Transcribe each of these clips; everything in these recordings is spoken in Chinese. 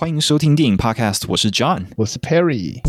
欢迎收听电影 Podcast， 我是 John， 我是 Perry。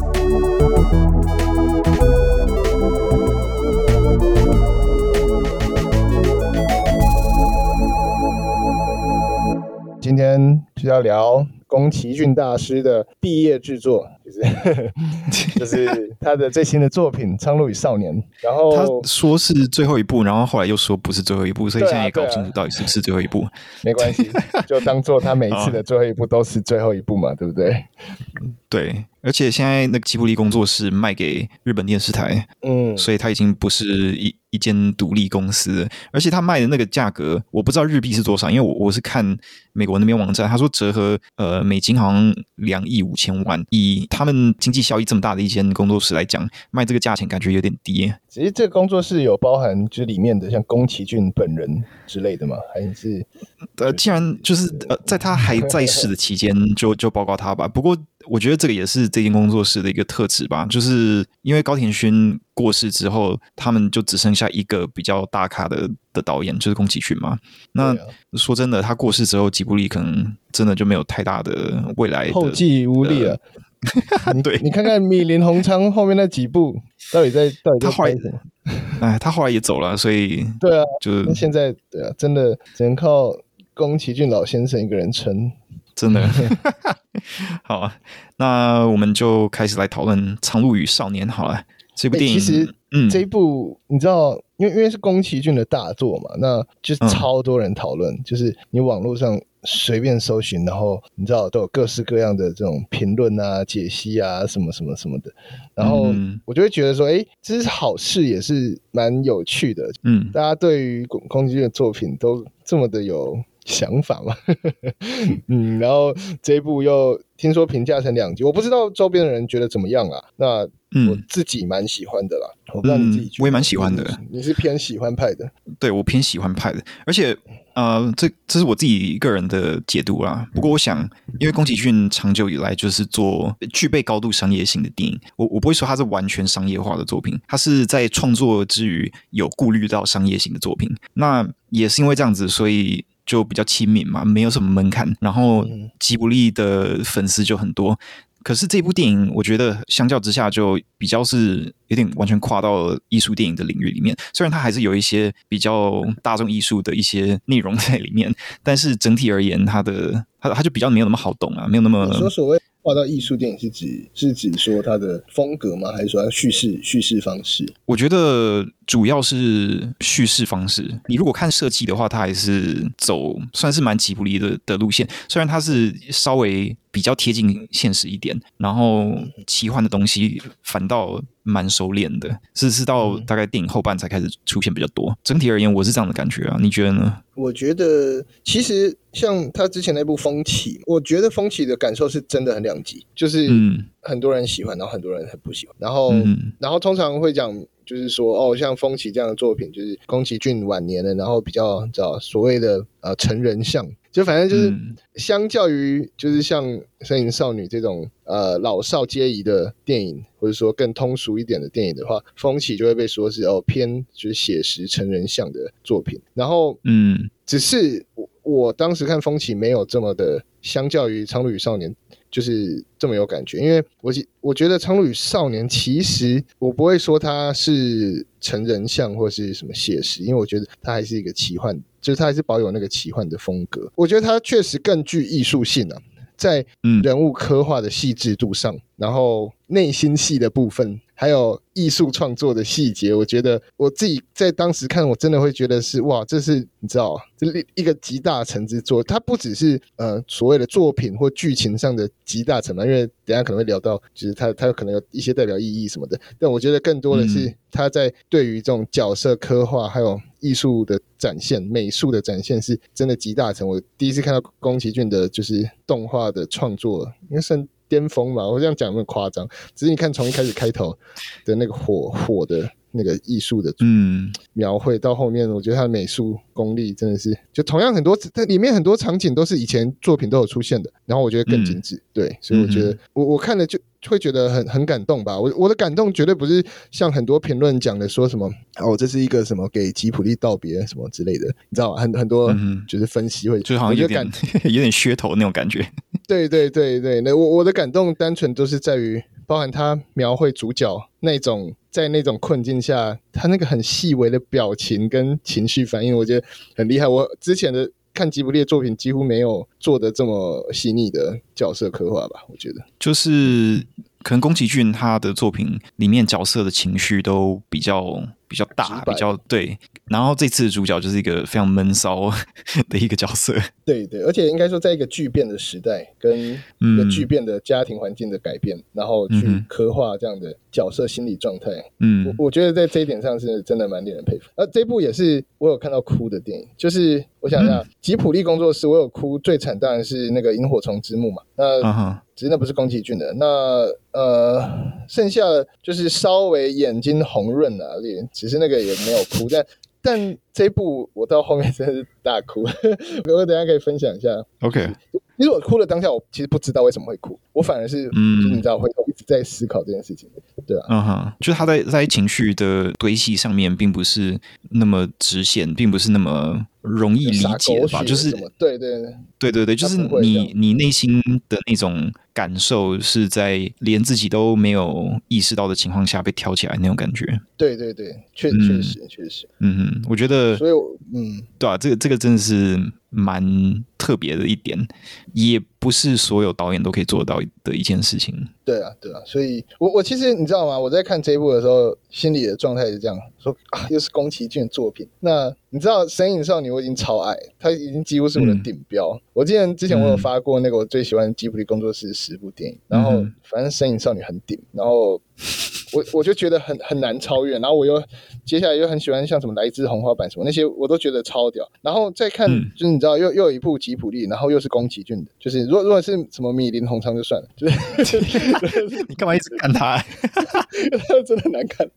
今天就要聊宫崎骏大师的毕业制作，就是他的最新的作品《苍鹭与少年》。然后他说是最后一部，然后后来又说不是最后一部，所以现在也搞不清楚到底是不是最后一部。 没关系，就当做他每一次的最后一部都是最后一部嘛，对不对？ 对，而且现在那个吉卜力工作室卖给日本电视台，所以他已经不是一间独立公司，而且他卖的那个价格，我不知道日币是多少，因为我是看美国那边网站，他说折合美金好像2亿5千万，以他们经济效益这么大的一间工作室来讲，卖这个价钱感觉有点低。 其实这个工作室有包含就是里面的像宫崎骏本人之类的吗？还是既然就是在他还在世的期间就包括他吧。不过我觉得这个也是这间工作室的一个特质吧，就是因为高田勋过世之后，他们就只剩下一个比较大咖的导演，就是宫崎骏嘛。那说真的，他过世之后，吉卜力可能真的就没有太大的未来的后继无力了。 对， 你看看米林宏昌后面那几部，到底在拍什么？ 他后来也走了，所以对啊， 就是现在对啊，真的只能靠宫崎骏老先生一个人撑。 真的好啊，那我们就开始来讨论《苍鹭与少年》好了。这部电影其实这一部你知道，因为是宫崎骏的大作嘛，那就是超多人讨论，就是你网络上随便搜寻，然后你知道都有各式各样的这种评论啊、解析啊什么什么什么的，然后我就会觉得说，这是好事，也是蛮有趣的。大家对于宫崎骏的作品都这么的有想法嘛然后这一部又听说评价成2集，我不知道周边的人觉得怎么样啊。那我自己蛮喜欢的啦，我不知道你自己觉得。 我也蛮喜欢的。 你是偏喜欢派的？ 对，我偏喜欢派的，而且这是我自己个人的解读啦。不过我想，因为宫崎骏长久以来就是做具备高度商业性的电影，我不会说它是完全商业化的作品，它是在创作之余有顾虑到商业性的作品。那也是因为这样子，所以就比较亲民嘛，没有什么门槛，然后吉卜力的粉丝就很多。可是这部电影我觉得相较之下就比较是有点完全跨到艺术电影的领域里面，虽然它还是有一些比较大众艺术的一些内容在里面，但是整体而言它就比较没有那么好懂啊，没有那么。 你说所谓跨到艺术电影是指说它的风格吗？还是说它叙事方式？ 我觉得主要是叙事方式。你如果看设计的话，它还是走算是蛮吉卜力的路线，虽然它是稍微比较贴近现实一点，然后奇幻的东西反倒蛮收敛的，是到大概电影后半才开始出现比较多。整体而言，我是这样的感觉啊，你觉得呢？ 我觉得其实像他之前那部《风起》，我觉得《风起》的感受是真的很两极，就是很多人喜欢，然后很多人很不喜欢，然后通常会讲。就是说像风起这样的作品，就是宫崎骏晚年的，然后比较知道所谓的成人向，就反正就是相较于就是像《身影少女》这种老少皆宜的电影，或者说更通俗一点的电影的话，风起就会被说是偏就是写实成人向的作品。然后只是我当时看风起没有这么的，相较于《苍鹭与少年》。就是这么有感觉，因为我觉得《苍鹭与少年》其实我不会说它是成人向或是什么写实，因为我觉得它还是一个奇幻，就是它还是保有那个奇幻的风格。我觉得它确实更具艺术性啊，在人物刻画的细致度上，然后内心戏的部分，还有艺术创作的细节，我觉得我自己在当时看，我真的会觉得是哇，这是你知道，这一个集大成之作。它不只是所谓的作品或剧情上的集大成嘛，因为等一下可能会聊到，就是它可能有一些代表意义什么的。但我觉得更多的是它在对于这种角色刻画还有艺术的展现、美术的展现是真的集大成。我第一次看到宫崎骏的就是动画的创作，应该算巅峰嘛，我这样讲有没有夸张？只是你看从一开始开头的那个火的那个艺术的描绘，到后面我觉得他的美术功力真的是，就同样很多里面很多场景都是以前作品都有出现的，然后我觉得更精致，对，所以我觉得我看了就会觉得很感动吧。我的感动绝对不是像很多评论讲的说什么这是一个什么给吉卜力道别什么之类的，你知道吗？很多就是分析会， 就好像有点噱头那种感觉。 对对对对，那我的感动单纯都是在于包含他描绘主角那种在那种困境下他那个很细微的表情跟情绪反应，我觉得很厉害。我之前的看吉卜力的作品几乎没有做的这么细腻的角色刻画吧，我觉得就是可能宫崎骏他的作品里面角色的情绪都比较大，比较对。然后这次的主角就是一个非常闷骚的一个角色， 对对，而且应该说在一个巨变的时代跟一个巨变的家庭环境的改变，然后去刻画这样的角色心理状态，我觉得在这一点上是真的蛮令人佩服。这部也是我有看到哭的电影，就是我想一下，吉卜力工作室我有哭最惨当然是那个萤火虫之墓嘛，那只是那不是宫崎骏的，那剩下的就是稍微眼睛红润啊，只是那个也没有哭，但这一部我到后面真的是大哭，我等一下可以分享一下。 OK， 其实我哭的当下，我其实不知道为什么会哭，我反而是就是你知道会一直在思考这件事情，对啊， 就是他在情绪的堆砌上面并不是那么直线，并不是那么容易理解吧？就是对对对对对，就是你内心的那种感受是在连自己都没有意识到的情况下被挑起来那种感觉。 对对对，确实， 我觉得， 所以对啊，这个真的是蛮特别的一点，也不是所有导演都可以做到的一件事情。 对啊，所以我其实你知道吗？我在看这一部的时候，心里的状态是这样说又是宫崎骏的作品。那你知道《神隐少女》我已经超爱，它已经几乎是我的顶标。我记得之前我有发过那个我最喜欢吉卜力工作室10部电影，然后反正《神隐少女》很顶，然后我就觉得很难超越，然后我又接下来又很喜欢像什么来自红花坂什么那些，我都觉得超屌。然后再看就是你知道又有一部吉卜力，然后又是宫崎骏的，就是如果是什么米林红昌就算了，就是你干嘛一直看他？ 真的难看。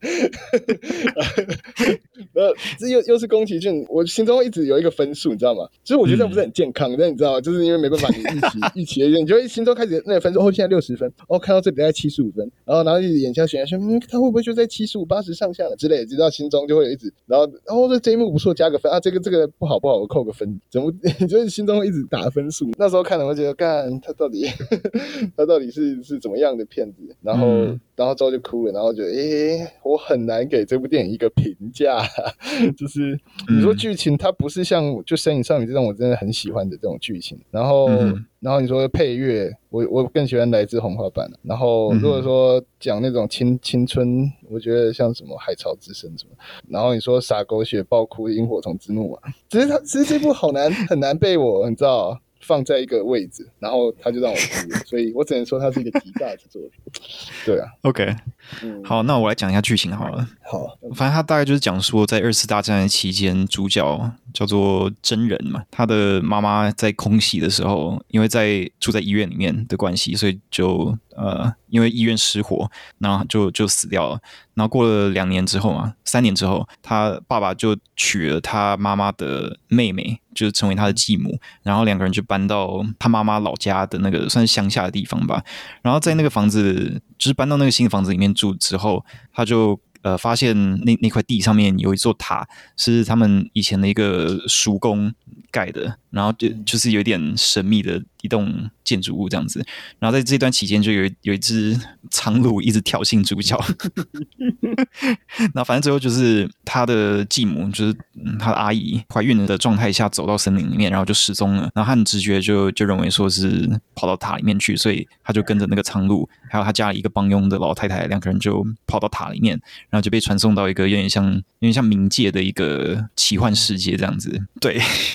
这又是宫崎骏，我心中一直有一个分数，你知道吗？就是我觉得这样不是很健康，但你知道吗？就是因为没办法你预期的，你就会心中开始那个分数，现在60分，看到这里大概75分，然后一直眼下选下去，他会不会就在75、80上下了之类的，直到心中就会有一直，然后这一幕不错，加个分这个不好，我扣个分，怎么你就是心中会一直打分数？那时候看了我觉得，干他到底是怎么样的片子？然后之后就哭了，然后觉得我很难给这部电影一个评价，就是你说剧情它不是像就《神隐少女》这种我真的很喜欢的这种剧情，然后你说配乐，我更喜欢来自红花坂，然后如果说讲那种青春，我觉得像什么海潮之声什么，然后你说洒狗血爆哭萤火虫之墓啊，只是这部很难被我你知道放在一个位置，然后他就让我哭了，所以我只能说它是一个极大的作品。对啊 ，OK，好，那我来讲一下剧情好了。 好， 反正他大概就是讲说，在2次大战期间，主角叫做真人嘛，他的妈妈在空袭的时候，因为住在医院里面的关系，所以就因为医院失火，然后就死掉了。然后过了3年之后，他爸爸就娶了他妈妈的妹妹，就是成为他的继母，然后2个人就搬到他妈妈老家的那个算是乡下的地方吧。然后在那个房子，就是搬到那个新的房子里面住之后，他就发现那块地上面有一座塔，是他们以前的一个叔公盖的，然后就是有点神秘的一栋建筑物这样子。然后在这段期间，就有一只苍鹭一直挑衅主角，然后反正最后就是他的继母，就是他的阿姨怀孕的状态下走到森林里面，然后就失踪了。然后他很直觉就认为说是跑到塔里面去，所以他就跟着那个苍鹭，还有他家里一个帮佣的老太太，2个人就跑到塔里面，然后就被传送到一个有点像冥界的一个奇幻世界这样子。对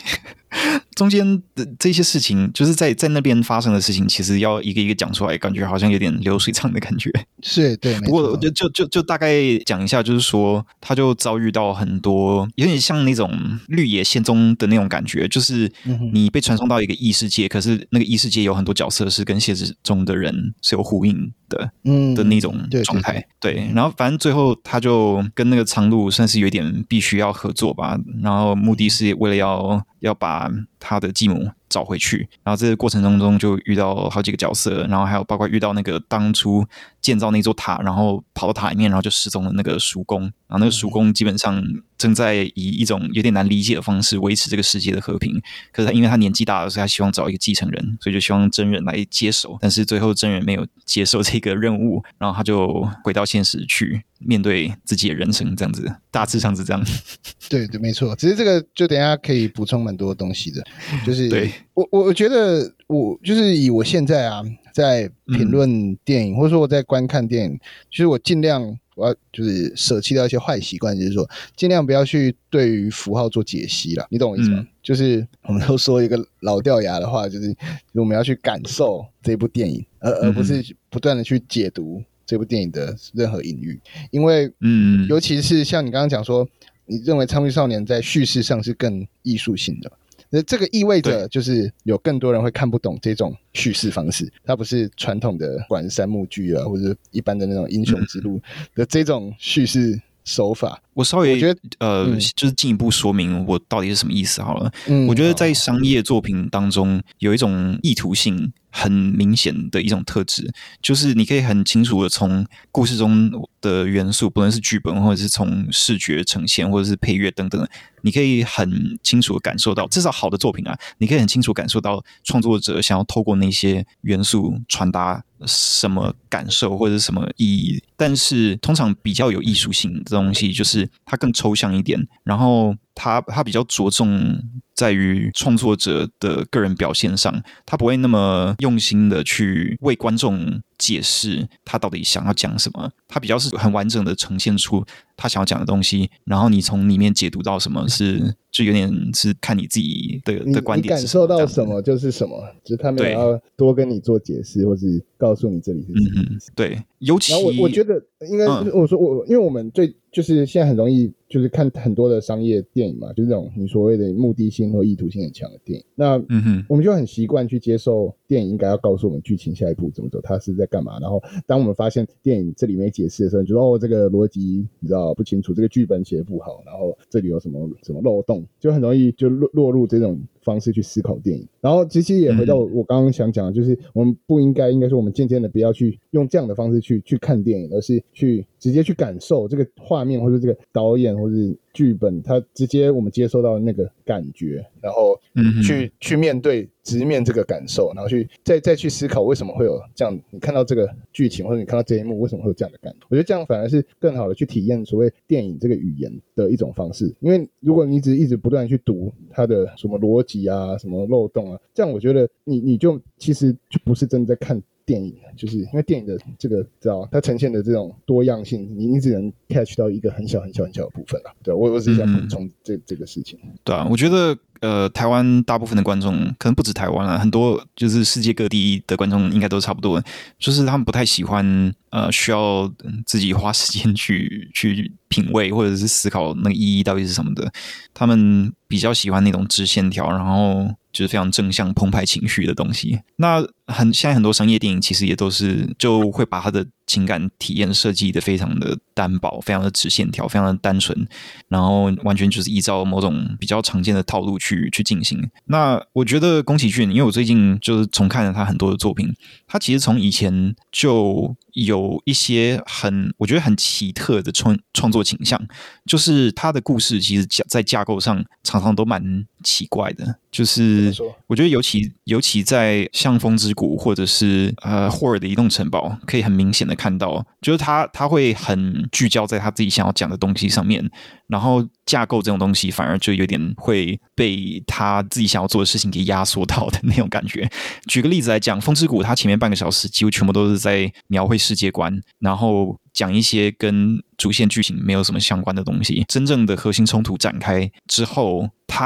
中间的这些事情，就是在那边发生的事情，其实要一个一个讲出来，感觉好像有点流水账的感觉。 是，对。 不过就大概讲一下，就是说，他就遭遇到很多有点像那种绿野仙踪的那种感觉，就是你被传送到一个异世界，可是那个异世界有很多角色是跟现实中的人是有呼应的，的那种状态。对，然后反正最后他就跟那个苍鹭算是有点必须要合作吧，然后目的是为了要把他的继母找回去，然后这个过程当中就遇到好几个角色，然后还有包括遇到那个当初建造那座塔，然后跑到塔里面，然后就失踪的那个叔公，然后那个叔公基本上正在以一种有点难理解的方式维持这个世界的和平，可是因为他年纪大了，所以他希望找一个继承人，所以就希望真人来接手，但是最后真人没有接受这个任务，然后他就回到现实去面对自己的人生，这样子大致上是这样。 对，没错，只是这个就等一下可以补充蛮多东西的，就是对我觉得我就是以我现在在评论电影，或者说我在观看电影，就是我尽量我要就是舍弃掉一些坏习惯，就是说尽量不要去对于符号做解析啦，你懂我意思吗？就是我们都说一个老掉牙的话，就是我们要去感受这部电影，而不是不断的去解读这部电影的任何隐喻，因为尤其是像你刚刚讲说，你认为《苍鹭少年》在叙事上是更艺术性的，那这个意味着就是有更多人会看不懂这种叙事方式，它不是传统的不管是三幕剧啊，或者一般的那种英雄之路的这种叙事手法。 我稍微觉得就是进一步说明我到底是什么意思好了。我觉得在商业作品当中有一种意图性很明显的一种特质，就是你可以很清楚的从故事中的元素，不论是剧本或者是从视觉呈现或者是配乐等等，你可以很清楚的感受到，至少好的作品啊，你可以很清楚感受到创作者想要透过那些元素传达什么感受或者是什么意义。但是通常比较有艺术性的东西，就是它更抽象一点，然后它比较着重在于创作者的个人表现上，他不会那么用心的去为观众解释他到底想要讲什么，他比较是很完整的呈现出他想要讲的东西，然后你从里面解读到什么就有点是看你自己的观点是什么， 你感受到什么就是什么，就是他们要多跟你做解释，或是告诉你这里是什么意思。 对，尤其然后我觉得应该我说因为我们就是现在很容易就是看很多的商业电影嘛，就是这种你所谓的目的性或意图性很强的电影，那我们就很习惯去接受电影应该要告诉我们剧情下一步怎么走，它是在干嘛，然后当我们发现电影这里没解释的时候，你就说这个逻辑你知道不清楚，这个剧本写得不好，然后这里有什么漏洞，就很容易就落入这种方式去思考电影。然后其实也回到我刚刚想讲的，就是我们不应该说我们渐渐的不要去用这样的方式去看电影，而是去直接去感受这个画面或者这个导演或者剧本，他直接我们接受到那个感觉，然后去面对直面这个感受，然后再去思考为什么会有这样，你看到这个剧情或者你看到这一幕为什么会有这样的感觉。我觉得这样反而是更好的去体验所谓电影这个语言的一种方式，因为如果你一直不断去读它的什么逻辑啊什么漏洞啊，这样我觉得你就其实就不是真的在看电影，就是因为电影的这个知道它呈现的这种多样性，你只能 catch 到一个很小很小很小的部分啦。对，我只是想补充这个事情。 对啊，我觉得台湾大部分的观众可能不止台湾啦，很多就是世界各地的观众应该都差不多，就是他们不太喜欢需要自己花时间去品味或者是思考那个意义到底是什么的，他们比较喜欢那种直线条，然后就是非常正向澎湃情绪的东西。那现在很多商业电影其实也都是就会把它的情感体验设计的非常的单薄，非常的直线条，非常的单纯，然后完全就是依照某种比较常见的套路去进行。那我觉得宫崎骏，因为我最近就是重看了他很多的作品，他其实从以前就有一些我觉得很奇特的创作倾向，就是他的故事其实在架构上常常都蛮奇怪的，就是我觉得尤其在像风之谷或者是霍尔的移动城堡，可以很明显的看到，就是他会很聚焦在他自己想要讲的东西上面，然后架构这种东西反而就有点会被他自己想要做的事情给压缩到的那种感觉。举个例子来讲，风之谷他前面半个小时几乎全部都是在描绘世界观，然后讲一些跟主线剧情没有什么相关的东西，真正的核心冲突展开之后，他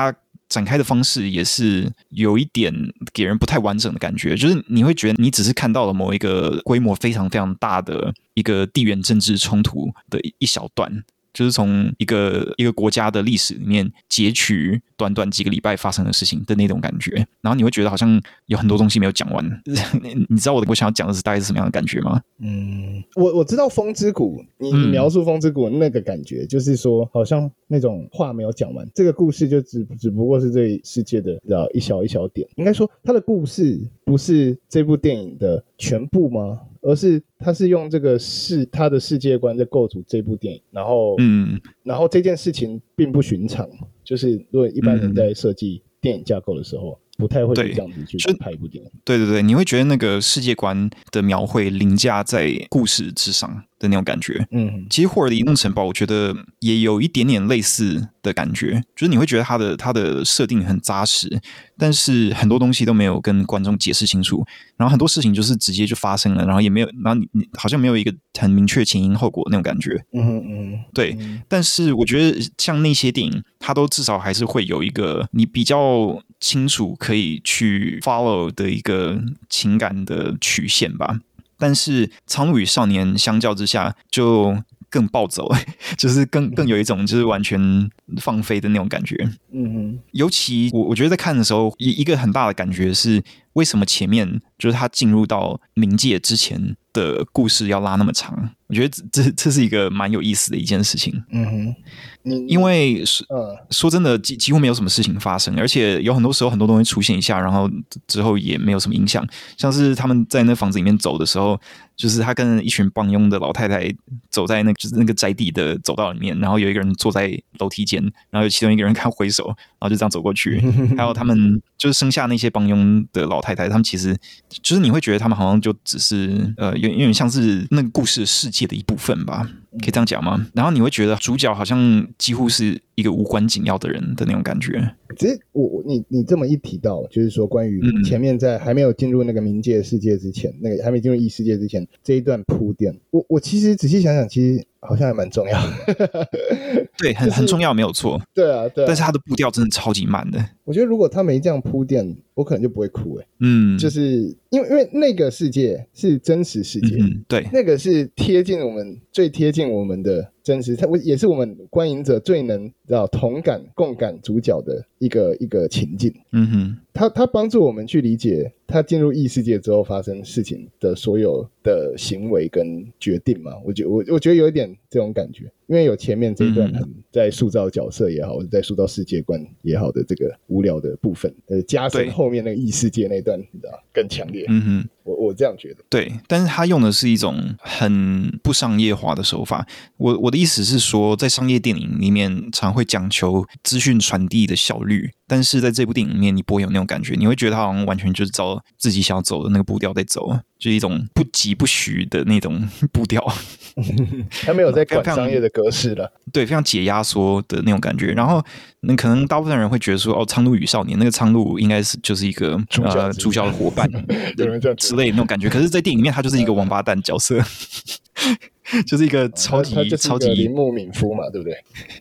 展开的方式也是有一点给人不太完整的感觉，就是你会觉得你只是看到了某一个规模非常非常大的一个地缘政治冲突的一小段，就是从一个国家的历史里面截取短短几个礼拜发生的事情的那种感觉，然后你会觉得好像有很多东西没有讲完。你知道我想要讲的是大概是什么样的感觉吗？ 我知道风之谷，你描述风之谷那个感觉，就是说好像那种话没有讲完，这个故事就只不过是这世界的一小一小点。应该说它的故事不是这部电影的全部吗？而是他是用这个他的世界观在构筑这部电影，然后这件事情并不寻常，就是如果一般人在设计电影架构的时候，不太会这样子去拍一部电影。 对，你会觉得那个世界观的描绘凌驾在故事之上的那种感觉。其实霍尔的移动城堡我觉得也有一点点类似的感觉，就是你会觉得它的设定很扎实，但是很多东西都没有跟观众解释清楚，然后很多事情就是直接就发生了，然后也没有，然后你好像没有一个很明确前因后果那种感觉。对。但是我觉得像那些电影，它都至少还是会有一个你比较清楚可以去 follow 的一个情感的曲线吧。但是《苍鹭与少年》相较之下就更暴走，就是更有一种就是完全放飞的那种感觉。尤其我觉得在看的时候，一个很大的感觉是，为什么前面就是他进入到冥界之前的故事要拉那么长？我觉得这是一个蛮有意思的一件事情。因为说真的，几乎没有什么事情发生，而且有很多时候很多东西出现一下，然后之后也没有什么影响。像是他们在那房子里面走的时候，就是他跟一群帮佣的老太太走在就是那个宅地的走道里面，然后有一个人坐在楼梯间，然后有其中一个人看挥手，然后就这样走过去。还有他们就是生下那些帮佣的老太太，他们其实就是你会觉得他们好像就只是有点像是那个故事世界的一部分吧。可以这样讲吗？然后你会觉得主角好像几乎是一个无关紧要的人的那种感觉。 其实你这么一提到，就是说关于前面在还没有进入那个冥界世界之前，那个还没进入异世界之前这一段铺垫，我其实仔细想想，其实好像还蛮重要的。 对，很重要，没有错。 对啊。 但是他的步调真的超级慢的。 我觉得如果他没这样铺垫，我可能就不会哭。就是因为那个世界是真实世界， 对， 那个是最贴近我们的真实，它也是我们观影者最能同感共感主角的一个情境。他帮助我们去理解他进入异世界之后发生事情的所有的行为跟决定嘛。我觉得有一点这种感觉，因为有前面这一段很在塑造角色也好，或者在塑造世界观也好的这个无聊的部分，加深后面那个异世界那段，你知道更强烈。我这样觉得。 对，但是他用的是一种很不商业化的手法。我的意思是说，在商业电影里面常会讲求资讯传递的效率，但是在这部电影里面你不会有那种感觉，你会觉得他好像完全就是照自己想要走的那个步调在走，就是一种不疾不徐的那种步调。 他没有在管商业的格式了。 对，非常解压缩的那种感觉。然后可能大部分人会觉得说，苍鹭与少年那个苍鹭应该就是一个主角的伙伴之类的那种感觉，可是在电影里面他就是一个王八蛋角色。就是一个超级超级铃木敏夫嘛，对不对？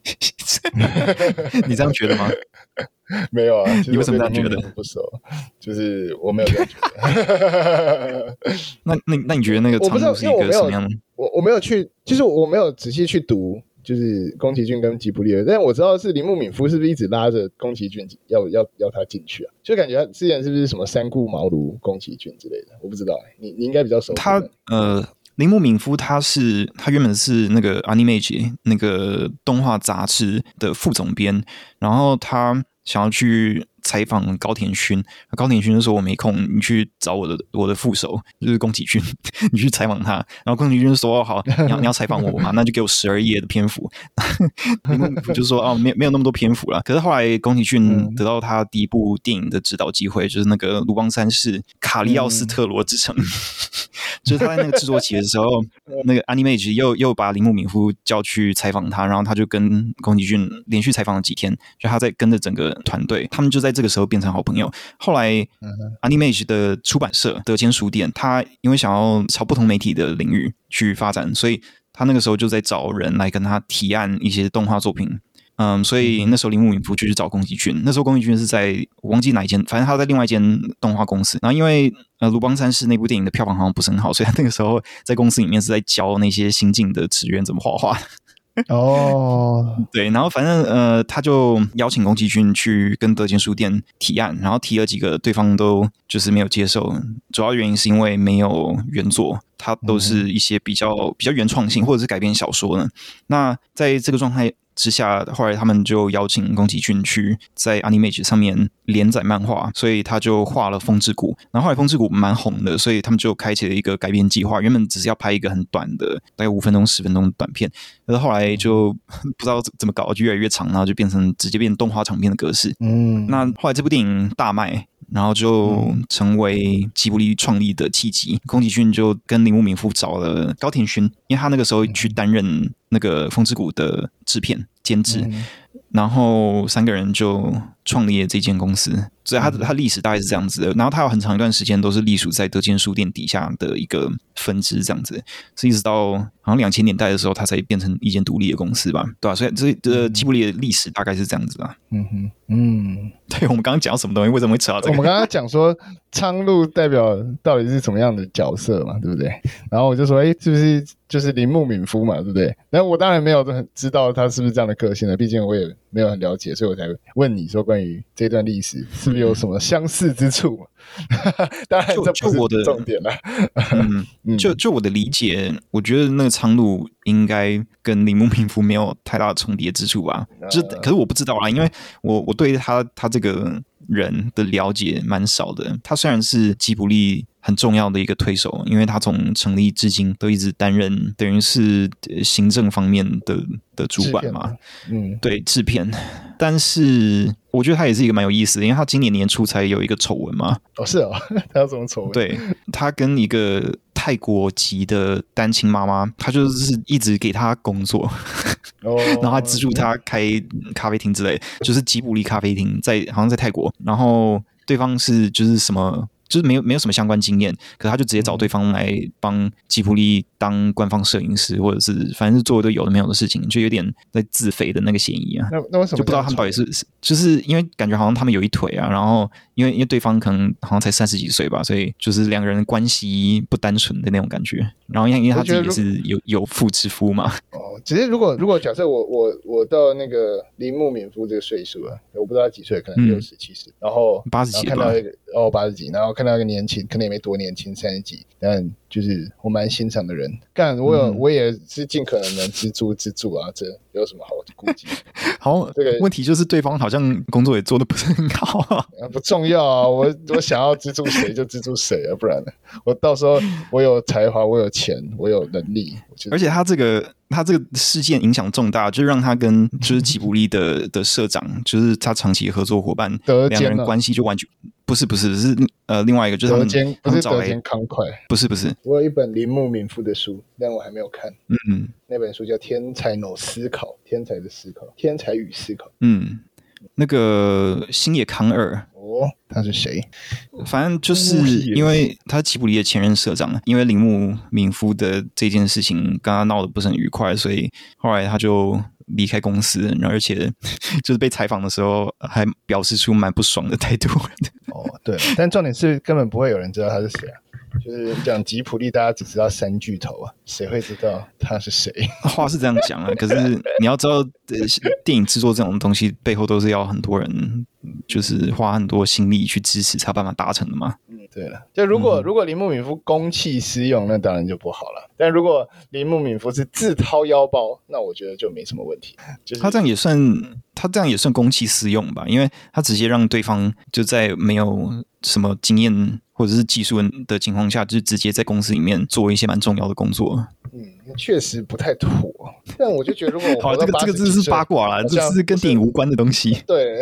你这样觉得吗？ 没有啊， 你为什么这样觉得？ 不熟，就是我没有这样觉得。 那你觉得那个苍鹭是一个什么样的？ 我没有去，就是我没有仔细去读，就是宫崎骏跟吉卜力的，但我知道是铃木敏夫是不是一直拉着宫崎骏要他进去啊？就感觉他之前是不是什么三顾茅庐宫崎骏之类的？我不知道你应该比较熟。 他铃木敏夫他原本是那个 Animage 那个动画杂志的副总编，然后他想要去采访高田勋，高田勋就说我没空，你去找我的副手就是宫崎骏，你去采访他。然后宫崎骏就说好，你要采访我嘛，那就给我12页的篇幅。铃木敏夫就说没有那么多篇幅了。可是后来宫崎骏得到他第一部电影的指导机会，就是那个鲁邦三世卡利奥斯特罗之城。就是他在那个制作期的时候，那个 Animage 又把铃木敏夫叫去采访他，然后他就跟宫崎骏连续采访了几天，就他在跟着整个团队，他们就在这个时候变成好朋友。后来 Animage 的出版社德间书店，他因为想要朝不同媒体的领域去发展，所以他那个时候就在找人来跟他提案一些动画作品所以那时候铃木敏夫就去找宫崎骏。那时候宫崎骏是在我忘记哪一间，反正他在另外一间动画公司。然后因为鲁邦三世那部电影的票房好像不是很好，所以他那个时候在公司里面是在教那些新进的职员怎么画画。对，然后反正他就邀请宫崎骏去跟德间书店提案，然后提了几个，对方都就是没有接受。主要原因是因为没有原作，它都是一些比较原创性或者是改编小说呢。那在这个状态之下，后来他们就邀请宫崎骏去在 Animage 上面连载漫画，所以他就画了《风之谷》。然后后来《风之谷》蛮红的，所以他们就开启了一个改编计划。原本只是要拍一个很短的，大概5分钟、10分钟的短片，但是后来就不知道怎么搞，就越来越长，然后就直接变动画长片的格式。那后来这部电影大卖。然后就成为吉卜力创立的契机。宫崎骏就跟铃木敏夫找了高田勋，因为他那个时候去担任那个《风之谷》的制片监制，然后3个人就创立了这间公司。所以他历史大概是这样子的。然后他有很长一段时间都是隶属在德间书店底下的一个分支这样子，是一直到好像2000年代的时候，他才变成一间独立的公司吧，对吧？所以这吉卜力的历史大概是这样子啦。对，我们刚刚讲到什么东西？为什么会扯到这个？ 我们刚刚讲说苍鹭代表到底是什么样的角色嘛，对不对？然后我就说，是不是就是铃木敏夫嘛，对不对？然后我当然没有知道他是不是这样的个性了，毕竟我也没有很了解，所以我才问你说关于这段历史是不是有什么相似之处嘛？当然这不是重点啦。 就我的理解，我觉得那个苍鹭应该跟铃木敏夫没有太大的重叠之处吧。可是我不知道啦，因为我对他这个人的了解蛮少的。他虽然是吉卜力很重要的一个推手，因为他从成立至今都一直担任等于是行政方面的主管嘛，对，制片。但是我觉得他也是一个蛮有意思的，因为他今年年初才有一个丑闻嘛。 是哦，他有什么丑闻？ 对，他跟一个泰国籍的单亲妈妈，他就是一直给他工作，然后他资助他开咖啡厅之类，就是吉卜力咖啡厅，好像在泰国，然后对方是就是什么。就是没有什么相关经验，可是他就直接找对方来帮吉卜力当官方摄影师，或者是反正是做一堆有的没有的事情，就有点在自肥的那个嫌疑啊。 那为什么就不知道他们到底是就是因为感觉好像他们有一腿啊，然后因为对方可能好像才30几岁吧，所以就是2个人关系不单纯的那种感觉。然后因为他自己也是有妇之夫嘛。 只是如果假设我到那个铃木敏夫这个岁数了，我不知道他几岁，可能60、70，然后 80几看到一个80几，然后看到一个年轻，可能也没多年轻，30几，但就是我蛮欣赏的人。干，我也是尽可能资助啊，这有什么好顾忌？ 好，这个问题就是对方好像工作也做得不是很好啊。 不重要啊，我想要资助谁就资助谁啊，不然呢，我到时候我有才华，我有钱，我有能力， 而且他这个事件影响重大，就让他跟就是吉卜力的社长，就是他长期合作伙伴，2个人关系就完全不是是另外一个就是他们不是德间康快， 不是， 我有一本铃木敏夫的书，但我还没有看。那本书叫《天才の思考》，天才的思考，天才与思考。 那个星野康二。 他是谁？ 反正就是因为他是吉卜力的前任社长，因为铃木敏夫的这件事情跟他闹得不是很愉快，所以后来他就离开公司，而且就是被采访的时候还表示出蛮不爽的态度。 对，但重点是根本不会有人知道他是谁啊。就是讲吉卜力，大家只知道3巨头啊，谁会知道他是谁？ 话是这样讲啊，可是你要知道，电影制作这种东西背后都是要很多人，就是花很多心力去支持，才有办法达成的嘛。 对了，就如果铃木敏夫公器私用，那当然就不好了。但如果铃木敏夫是自掏腰包，那我觉得就没什么问题。就是他这样也算公器私用吧，因为他直接让对方就在没有什么经验或者是技术的情况下，就直接在公司里面做一些蛮重要的工作。 确实不太妥。但我就觉得，如果我好，这个真是八卦啦，这是跟电影无关的东西。 对。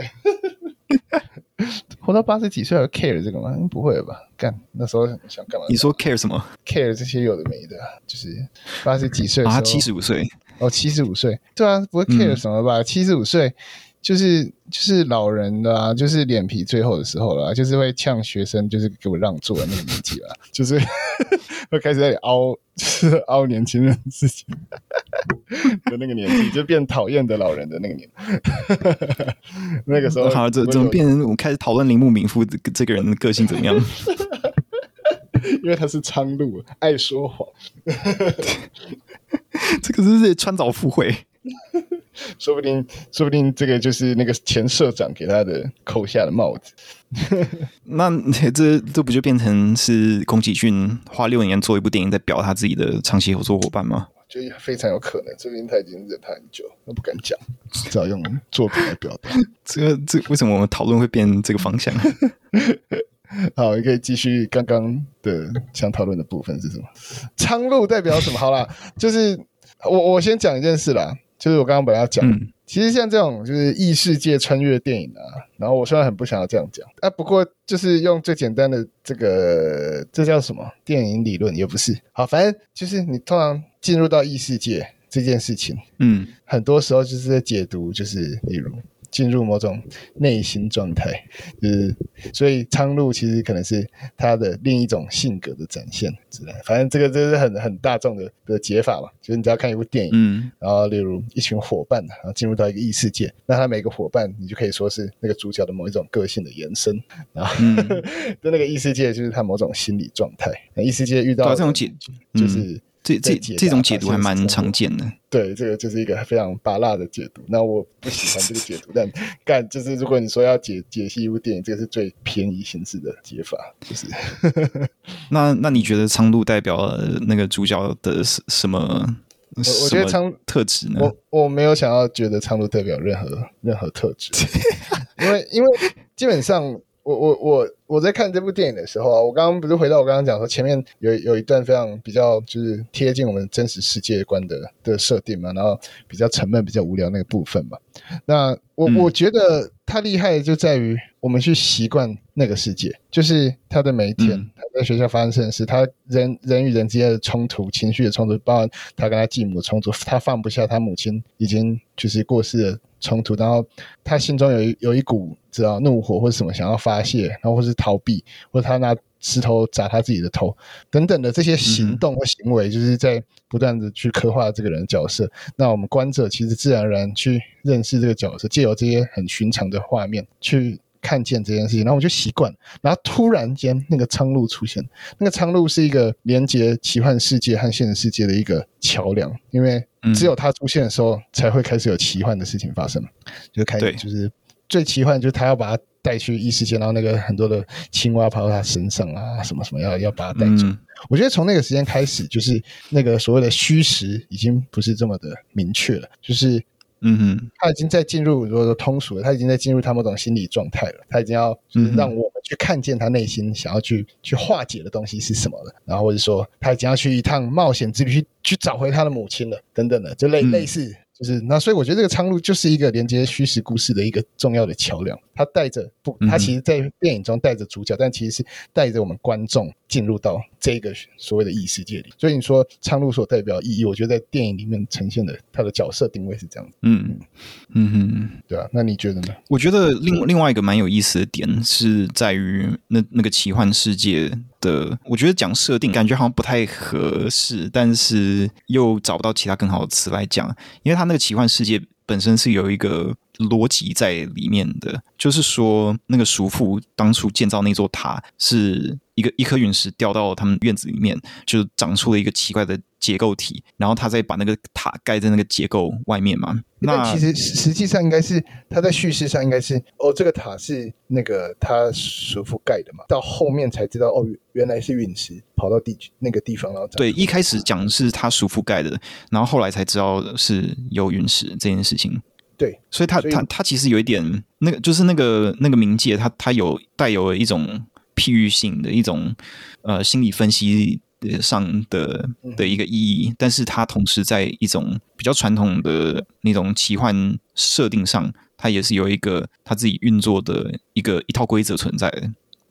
活到80几岁还 care 这个吗？不会吧？干，那时候想干嘛？ 你说 care 什么 ？care 这些有的没的，就是80几岁的时候， 他75岁 ，75岁，对啊，不会 care 什么吧？75岁就是老人的啊，就是脸皮最厚的时候了，就是会呛学生，就是给我让座的那个年纪了，就是会开始在凹，就是凹年轻人的事情的那个年纪，就变讨厌的老人的那个年纪。那个时候好，怎么变成我们开始讨论铃木敏夫这个人的个性怎么样？ 因为他是苍鹭，爱说谎。 这个是穿凿附会。 说不定这个就是那个前社长给他的扣下的帽子。 那这不就变成是宫崎骏花6年做一部电影在表他自己的长期合作伙伴吗？ 就非常有可能，说不定他已经忍他很久，那不敢讲，只好用作品来表达。 这为什么我们讨论会变这个方向？ 好，你可以继续刚刚的想讨论的部分是什么？苍鹭代表什么？好啦，就是我先讲一件事啦，就是我刚刚本来要讲，其实像这种就是异世界穿越电影啊，然后我虽然很不想要这样讲，不过就是用最简单的这叫什么电影理论也不是，好，反正就是你通常进入到异世界这件事情，很多时候就是在解读，就是例如进入某种内心状态，就是所以苍鹭其实可能是他的另一种性格的展现之类的。反正这是很大众的解法嘛，就是你只要看一部电影，然后例如一群伙伴，然后进入到一个异世界，那他每个伙伴你就可以说是那个主角的某一种个性的延伸，然后就那个异世界就是他某种心理状态。那异世界遇到这种就是这种解读还蛮常见的。 对，这个就是一个非常拔辣的解读。那我不喜欢这个解读，但就是如果你说要解析一部电影，这个是最便宜形式的解法。就是那你觉得苍鹭代表那个主角的什么？ 我觉得特质呢？ 我没有想要觉得苍鹭代表任何特质，因为基本上。我在看这部电影的时候啊，我刚刚不是回到我刚刚讲说前面有一段非常比较就是贴近我们真实世界观的设定嘛，然后比较沉闷比较无聊那个部分嘛。那我觉得他厉害的就在于我们去习惯那个世界，就是他的每一天，他在学校发生的事，他人与人之间的冲突，情绪的冲突，包括他跟他继母的冲突，他放不下他母亲已经就是过世的冲突，然后他心中有一股知道怒火或者什么想要发泄，然后或是逃避，或者他拿石头砸他自己的头等等的这些行动或行为，就是在不断的去刻画这个人的角色。那我们观者其实自然而然去认识这个角色，藉由这些很寻常的画面去看见这件事情，然后我就习惯，然后突然间那个苍鹭出现，那个苍鹭是一个连接奇幻世界和现实世界的一个桥梁，因为只有它出现的时候才会开始有奇幻的事情发生，就是最奇幻就是他要把它带去异世界，然后那个很多的青蛙跑到他身上啊，什么什么要把它带走。我觉得从那个时间开始，就是那个所谓的虚实已经不是这么的明确了，就是他已经在进入，如果说通俗了，他已经在进入他某种心理状态了，他已经要就是让我们去看见他内心想要去化解的东西是什么了，然后或者说他已经要去一趟冒险之旅去找回他的母亲了，等等的，就类似。就是那，所以我觉得这个苍鹭就是一个连接虚实故事的一个重要的桥梁。他带着他其实在电影中带着主角，但其实是带着我们观众进入到这个所谓的异世界里。所以你说苍鹭所代表的意义，我觉得在电影里面呈现的他的角色定位是这样子。对啊，那你觉得呢？ 我觉得另外一个蛮有意思的点是在于那个奇幻世界的，我觉得讲设定感觉好像不太合适，但是又找不到其他更好的词来讲，因为它那个奇幻世界本身是有一个逻辑在里面的，就是说那个叔父当初建造那座塔是一颗陨石掉到他们院子里面，就长出了一个奇怪的结构体，然后他再把那个塔盖在那个结构外面嘛。 那其实实际上应该是他在叙事上应该是这个塔是那个他叔父盖的嘛，到后面才知道原来是陨石跑到那个地方，然后对，一开始讲是他叔父盖的，然后后来才知道是有陨石这件事情。 对， 所以他其实有一点那个，就是那个冥界，它带有一种譬喻性的一种心理分析上的一个意义，但是它同时在一种比较传统的那种奇幻设定上，它也是有一个它自己运作的一套规则存在的。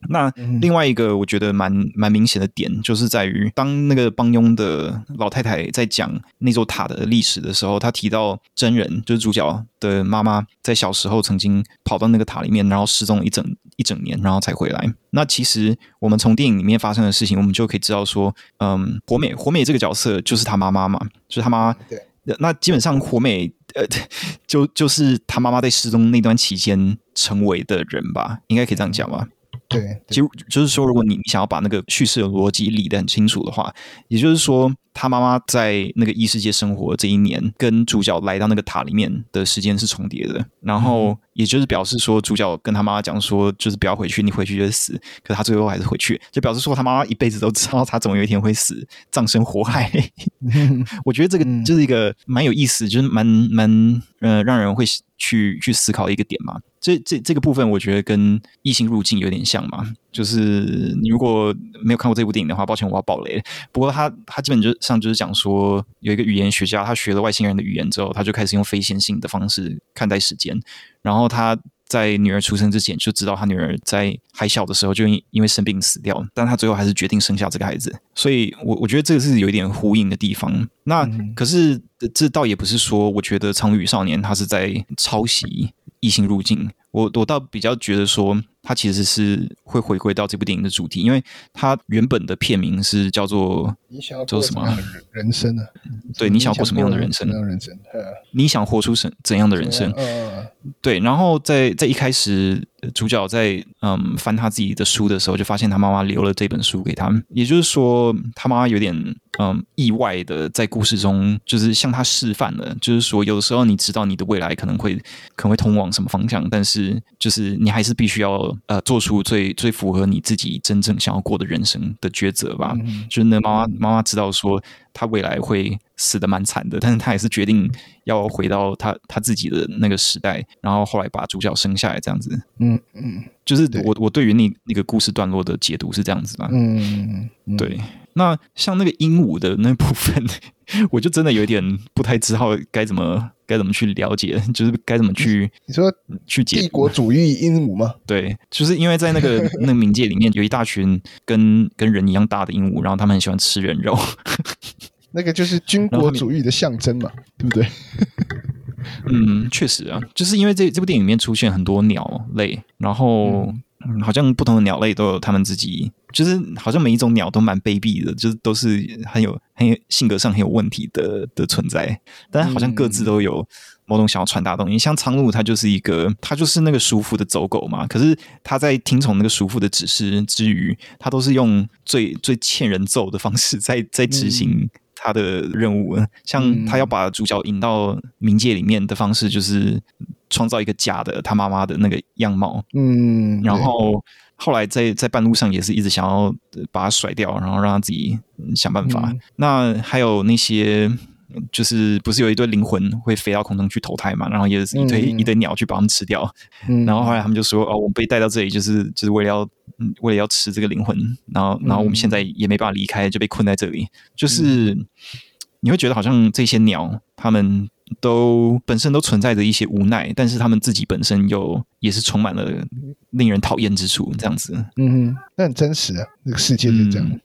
那另外一个我觉得蛮明显的点，就是在于当那个帮佣的老太太在讲那座塔的历史的时候，她提到真人就是主角的妈妈在小时候曾经跑到那个塔里面，然后失踪了一整年，然后才回来。那其实我们从电影里面发生的事情，我们就可以知道说，火美这个角色就是她妈妈嘛，就是她妈妈。对。那基本上火美就是她妈妈在失踪那段期间成为的人吧，应该可以这样讲吧。 对， 其实就是说，如果你想要把那个叙事的逻辑理得很清楚的话，也就是说，他妈妈在那个异世界生活这一年，跟主角来到那个塔里面的时间是重叠的。然后，也就是表示说，主角跟他妈妈讲说，就是不要回去，你回去就死。可是他最后还是回去，就表示说，他妈妈一辈子都知道他总有一天会死，葬身火海。我觉得这个就是一个蛮有意思，就是蛮让人会去思考的一个点嘛。这个部分我觉得跟异星入境有点像嘛，就是你如果没有看过这部电影的话，抱歉我要爆雷。不过他基本上就是讲说，有一个语言学家，他学了外星人的语言之后，他就开始用非线性的方式看待时间，然后他在女儿出生之前就知道他女儿在还小的时候就因为生病死掉，但他最后还是决定生下这个孩子，所以我觉得这个是有一点呼应的地方。那可是这倒也不是说我觉得《苍鹭与少年》他是在抄袭异星入境，我倒比较觉得说它其实是会回归到这部电影的主题，因为它原本的片名是叫做你想要过什么样的人生呢？ 对，你想过什么样的人生？你想活出怎样的人生？对，然后在一开始主角在翻他自己的书的时候，就发现他妈妈留了这本书给他，也就是说他妈妈有点意外的在故事中就是向他示范了，就是说有的时候你知道你的未来可能会通往什么方向，但是就是你还是必须要做出最符合你自己真正想要过的人生的抉择吧。就是那妈妈知道说他未来会死得蛮惨的，但是他还是决定要回到他自己的那个时代，然后后来把主角生下来这样子。就是我对于那个故事段落的解读是这样子吧。对。那像那个鹦鹉的那部分，我就真的有点不太知道该怎么去了解，就是该怎么去你说去解读帝国主义鹦鹉吗？ 对，就是因为在那个冥界里面有一大群跟人一样大的鹦鹉，然后他们很喜欢吃人肉。 那个就是军国主义的象征嘛，对不对？ 确实啊，就是因为这部电影里面出现很多鸟类，然后好像不同的鸟类都有他们自己，就是好像每一种鸟都蛮卑鄙的，就是都是很有性格上很有问题的存在，但好像各自都有某种想要传达的东西。像苍鹭，它就是那个叔父的走狗嘛，可是他在听从那个叔父的指示之余，他都是用最欠人揍的方式在执行他的任务。像他要把主角引到冥界里面的方式，就是创造一个假的他妈妈的那个样貌。然后后来在半路上也是一直想要把他甩掉，然后让他自己想办法。那还有那些就是不是有一堆灵魂会飞到空中去投胎嘛，然后也是一堆鸟去把他们吃掉。然后后来他们就说我们被带到这里就是为了要吃这个灵魂，然后我们现在也没办法离开，就被困在这里。就是你会觉得好像这些鸟他们本身都存在着一些无奈，但是他们自己本身也是充满了令人讨厌之处，这样子。 那很真实啊，这个世界就这样。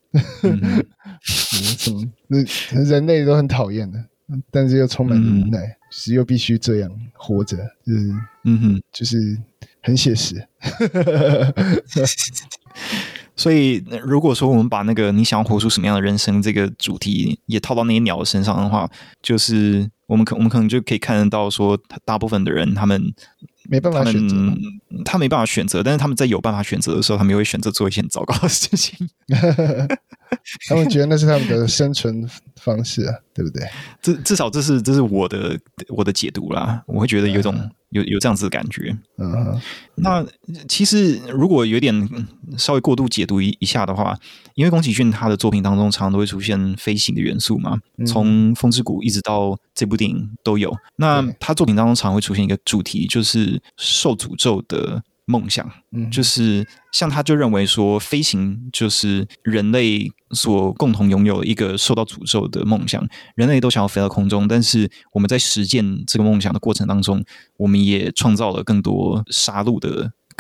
人类都很讨厌的，但是又充满了无奈，是又必须这样活着，就是很写实。 所以如果说我们把那个你想要活出什么样的人生这个主题也套到那些鸟的身上的话，就是我们可能就可以看得到说大部分的人他们没办法选择， 他没办法选择，但是他们在有办法选择的时候，他们又会选择做一些很糟糕的事情。 他们觉得那是他们的生存方式啊，对不对？ 至少这是我的解读啦，我会觉得有种有这样子的感觉。那其实如果有点稍微过度解读一下的话，因为宫崎骏他的作品当中常常都会出现飞行的元素嘛，从《风之谷》一直到这部电影都有。那他作品当中常会出现一个主题，就是受诅咒的梦想。就是像他就认为说飞行就是人类所共同拥有一个受到诅咒的梦想，人类都想要飞到空中，但是我们在实践这个梦想的过程当中，我们也创造了更多杀戮的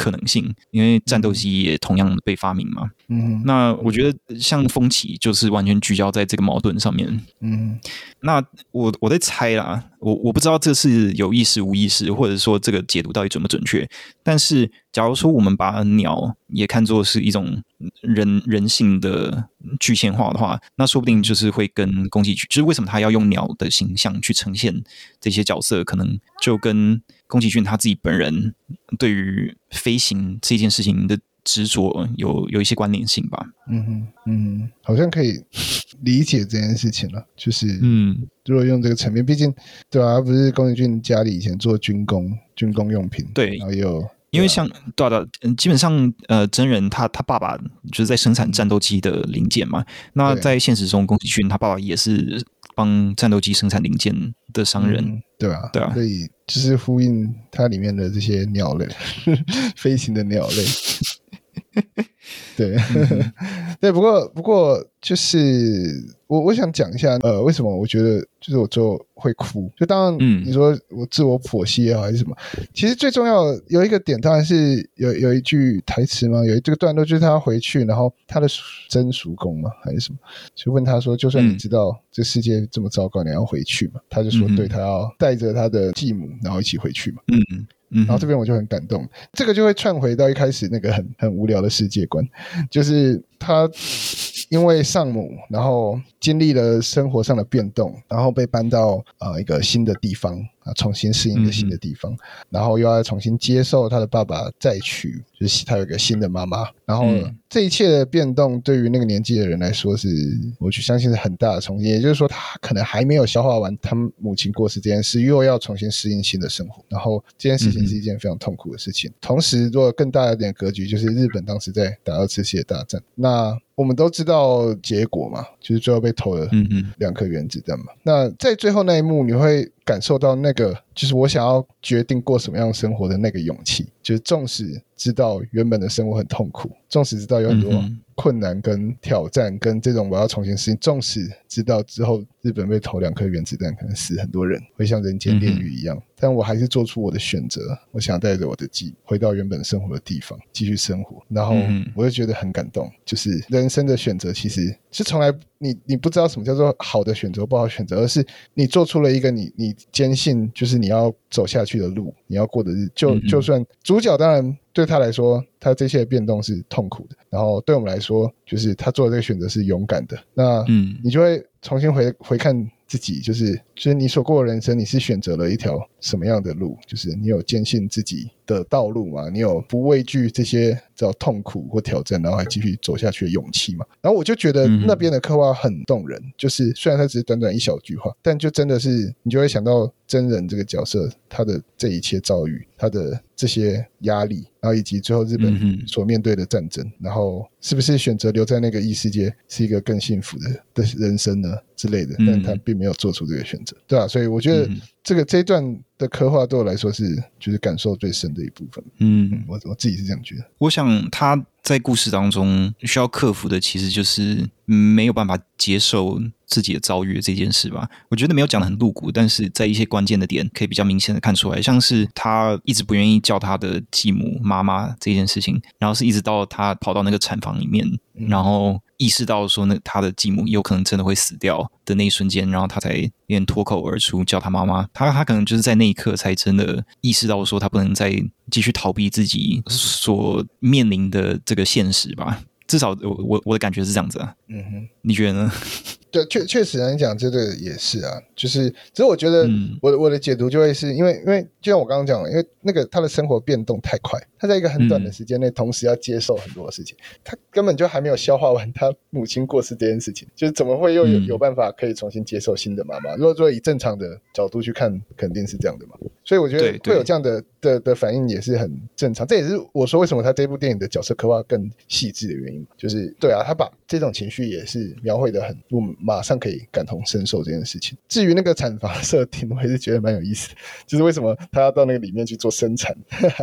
可能性，因为战斗机也同样被发明嘛。那我觉得像风起就是完全聚焦在这个矛盾上面。那我在猜啦，我不知道这是有意识无意识，或者说这个解读到底准不准确。但是假如说我们把鸟也看作是一种人性的具现化的话，那说不定就是会跟宫崎骏，就是为什么他要用鸟的形象去呈现这些角色，可能就跟宫崎骏他自己本人对于飞行这件事情的执着有一些关联性吧。 好像可以理解这件事情了。就是如果用这个层面，毕竟对啊，他不是宫崎骏家里以前做军工用品， 对， 然后也有。 因为像基本上真人他爸爸就是在生产战斗机的零件嘛。那在现实中，宫崎骏他爸爸也是帮战斗机生产零件的商人。 对啊，所以就是呼应它里面的这些鸟类，飞行的鸟类。对，对，不过就是我想讲一下，为什么我觉得就是我最后会哭，就当然你说我自我剖析也好还是什么，其实最重要有一个点，当然是有一句台词嘛，有这个段落就是他回去，然后他的曾叔公嘛还是什么，就问他说，就算你知道这世界这么糟糕，你要回去嘛？他就说，对，他要带着他的继母，然后一起回去嘛。然后这边我就很感动，这个就会串回到一开始那个很无聊的世界观，就是他因为丧母，然后经历了生活上的变动，然后被搬到一个新的地方重新适应一个新的地方，然后又要重新接受他的爸爸再娶，就是他有一个新的妈妈，然后这一切的变动对于那个年纪的人来说是，我去相信是很大的冲击，也就是说他可能还没有消化完他母亲过世这件事，又要重新适应新的生活，然后这件事情是一件非常痛苦的事情。同时如果更大一点的格局，就是日本当时在打2次世界大战，那我们都知道结果嘛，就是最后被投了2颗原子弹嘛。那在最后那一幕，你会感受到那个就是我想要决定过什么样的生活的那个勇气，就是纵使知道原本的生活很痛苦，纵使知道有很多困难跟挑战跟这种我要重新适应，纵使知道之后日本被投2颗原子弹可能死很多人，会像人间炼狱一样，但我还是做出我的选择，我想带着我的记回到原本生活的地方继续生活，然后我就觉得很感动，就是人生的选择其实是从来你不知道什么叫做好的选择不好的选择，而是你做出了一个你坚信就是你要走下去的路，你要过的日就算主角当然对他来说他这些变动是痛苦的，然后对我们来说就是他做的这个选择是勇敢的，那你就会重新回看自己，就是你所过的人生，你是选择了一条什么样的路，就是你有坚信自己的道路嘛，你有不畏惧这些叫痛苦或挑战，然后还继续走下去的勇气嘛。然后我就觉得那边的刻画很动人，就是虽然它只是短短一小句话，但就真的是你就会想到真人这个角色他的这一切遭遇，他的这些压力，然后以及最后日本所面对的战争，然后是不是选择留在那个异世界是一个更幸福的人生呢之类的，但他并没有做出这个选择，对啊，所以我觉得这一段的刻画对我来说是就是感受最深的一部分。我自己是这样觉得。 我想他在故事当中需要克服的其实就是没有办法接受自己的遭遇这件事吧。我觉得没有讲得很露骨，但是在一些关键的点可以比较明显的看出来，像是他一直不愿意叫他的继母妈妈这件事情，然后是一直到他跑到那个产房里面，然后意识到说他的继母有可能真的会死掉的那一瞬间，然后他才有点脱口而出叫他妈妈。他可能就是在那一刻才真的意识到说他不能再继续逃避自己所面临的这个现实吧。至少我的感觉是这样子啊。你觉得呢？ 对，确实来讲，这个也是啊，就是只是我觉得我的解读就会是因为就像我刚刚讲的，因为那个他的生活变动太快，他在一个很短的时间内同时要接受很多的事情，他根本就还没有消化完他母亲过世这件事情，就是怎么会又有办法可以重新接受新的妈妈？如果说以正常的角度去看，肯定是这样的嘛。所以我觉得会有这样的反应也是很正常，这也是我说为什么他这部电影的角色刻画更细致的原因，就是对啊，他把这种情绪也是描绘的很，我们马上可以感同身受这件事情。至于那个产房设定，我也是觉得蛮有意思的，就是为什么他要到那个里面去做生产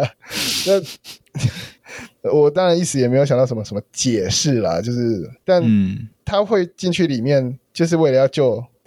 那我当然一时也没有想到什么解释啦，就是但他会进去里面就是为了要救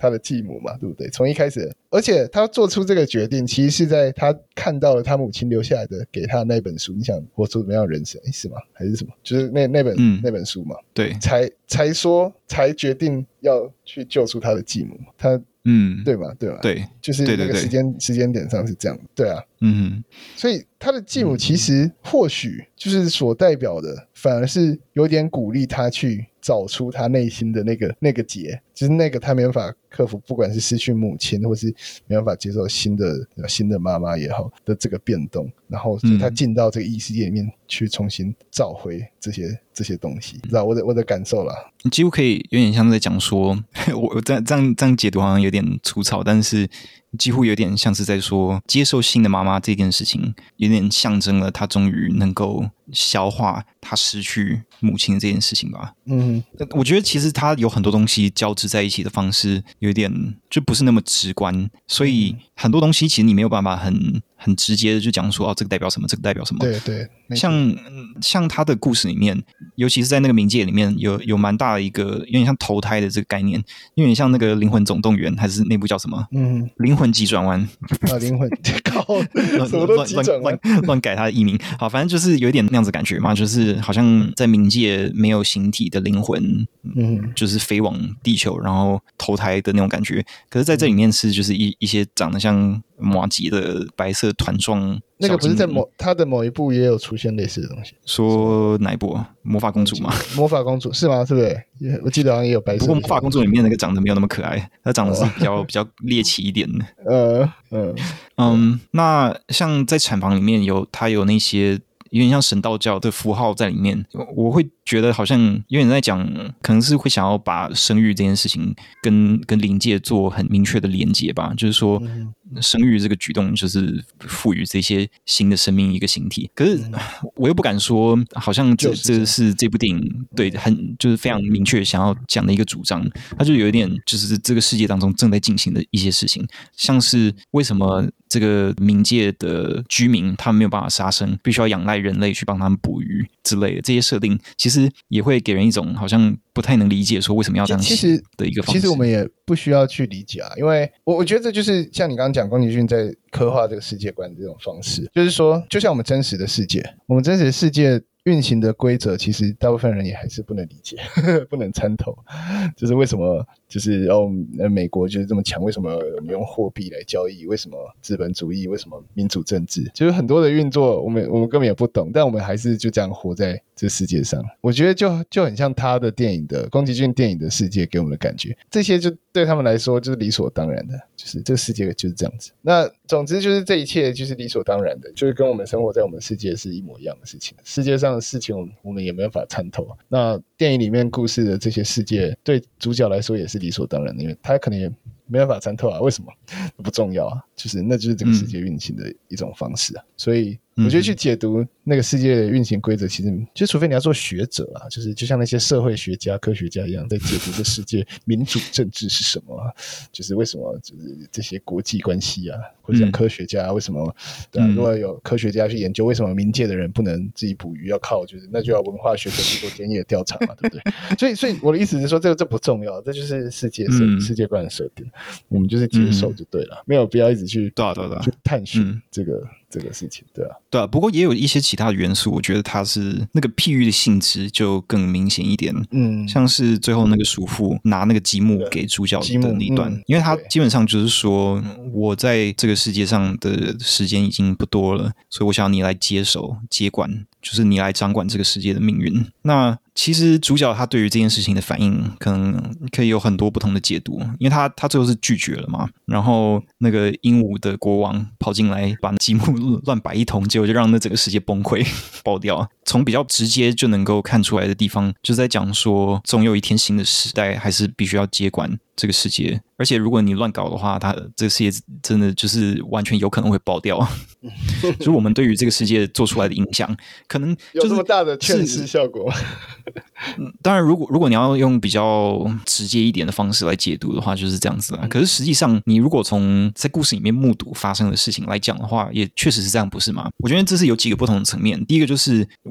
他的继母嘛，对不对？从一开始，而且他做出这个决定，其实是在他看到了他母亲留下来的给他的那本书，你想活出怎么样的人生？是吗？还是什么？就是那本书嘛， 对， 才决定要去救出他的继母，他对吧？ 对， 就是那个时间点上是这样，对啊，所以他的继母其实或许就是所代表的，反而是有点鼓励他去找出他内心的那个结，就是那个他没办法克服，不管是失去母亲，或是没办法接受新的妈妈也好的这个变动，然后就他进到这个异世界里面去重新找回这些东西，知道我的感受啦。 你几乎可以有点像在讲说，我这样解读好像有点粗糙，但是几乎有点像是在说，接受新的妈妈这件事情，有点象征了他终于能够消化他失去母亲这件事情吧。我觉得其实他有很多东西交织在一起的方式，有点就不是那么直观，所以很多东西其实你没有办法很直接的就讲说，这个代表什么，这个代表什么。 对， 像他的故事里面，尤其是在那个冥界里面，有蛮大的一个有点像投胎的这个概念，有点像那个灵魂总动员，还是那部叫什么？灵魂急转弯。 灵魂靠，什么都急转弯， 乱改他的译名。好，反正就是有一点那样子感觉嘛，就是好像在冥界没有形体的灵魂，就是飞往地球，然后投胎的那种感觉。可是在这里面是就是一些长得像麻吉的白色团状。 那个不是在他的某一部也有出现类似的东西？ 说哪一部？魔法公主吗？魔法公主是吗？是不是？我记得好像也有白色。 不过魔法公主里面那个长得没有那么可爱，她长得是比较猎奇一点的。那像在产房里面它有那些有点像神道教的符号在里面，我会觉得好像有点在讲，可能是会想要把生育这件事情跟灵界做很明确的连结吧，就是说生育这个举动就是赋予这些新的生命一个形体。可是我又不敢说好像这是这部电影对就是非常明确想要讲的一个主张，它就有一点就是这个世界当中正在进行的一些事情，像是为什么这个冥界的居民他们没有办法杀生，必须要仰赖人类去帮他们捕鱼之类的，这些设定其实也会给人一种好像不太能理解说为什么要这样写的一个方式。 其实我们也不需要去理解啊，因为我觉得这就是像你刚刚讲宫崎骏在刻画这个世界观的这种方式，就是说就像我们真实的世界，我们真实的世界运行的规则，其实大部分人也还是不能理解不能参透，就是为什么就是美国就是这么强，为什么我们用货币来交易，为什么资本主义，为什么民主政治，就是很多的运作我们根本也不懂，但我们还是就这样活在这世界上。我觉得就很像他的电影的宫崎骏电影的世界给我们的感觉，这些就对他们来说就是理所当然的，就是这个世界就是这样子。那总之就是这一切就是理所当然的，就是跟我们生活在我们世界是一模一样的事情，世界上的事情我们也没办法参透。那电影里面故事的这些世界对主角来说也是理所当然的，因为他可能也没办法参透啊，为什么不重要啊，那就是这个世界运行的一种方式啊。所以我觉得去解读那个世界的运行规则，其实就除非你要做学者啊，就像那些社会学家科学家一样在解读这世界民主政治是什么啊，就是为什么就是这些国际关系啊，或者像科学家为什么对啊，如果有科学家去研究为什么冥界的人不能自己捕鱼，要靠那就要文化学者去做田野调查嘛，对不对？所以我的意思是说这不重要，这就是世界观的设定，我们就是接受就对了，没有必要一直去去探寻这个事情，对啊， 不过也有一些其他的元素，我觉得它是那个譬喻的性质就更明显一点，像是最后那个叔父拿那个积木给主角的那一段，因为他基本上就是说我在这个世界上的时间已经不多了，所以我想要你来接管，就是你来掌管这个世界的命运。那其实主角他对于这件事情的反应可能可以有很多不同的解读，因为他最后是拒绝了嘛，然后那个鹦鹉的国王跑进来把积木乱摆一通，结果就让那整个世界崩溃爆掉。从比较直接就能够看出来的地方，就在讲说总有一天新的时代还是必须要接管这个世界，而且如果你乱搞的话，这个世界真的就是完全有可能会爆掉。就是我们对于这个世界做出来的影响可能有这么大的劝世效果吗？ 当然如果你要用比较直接一点的方式来解读的话就是这样子啦，可是实际上你如果从在故事里面目睹发生的事情来讲的话，也确实是这样，不是吗？我觉得这是有几个不同的层面。第一个就是为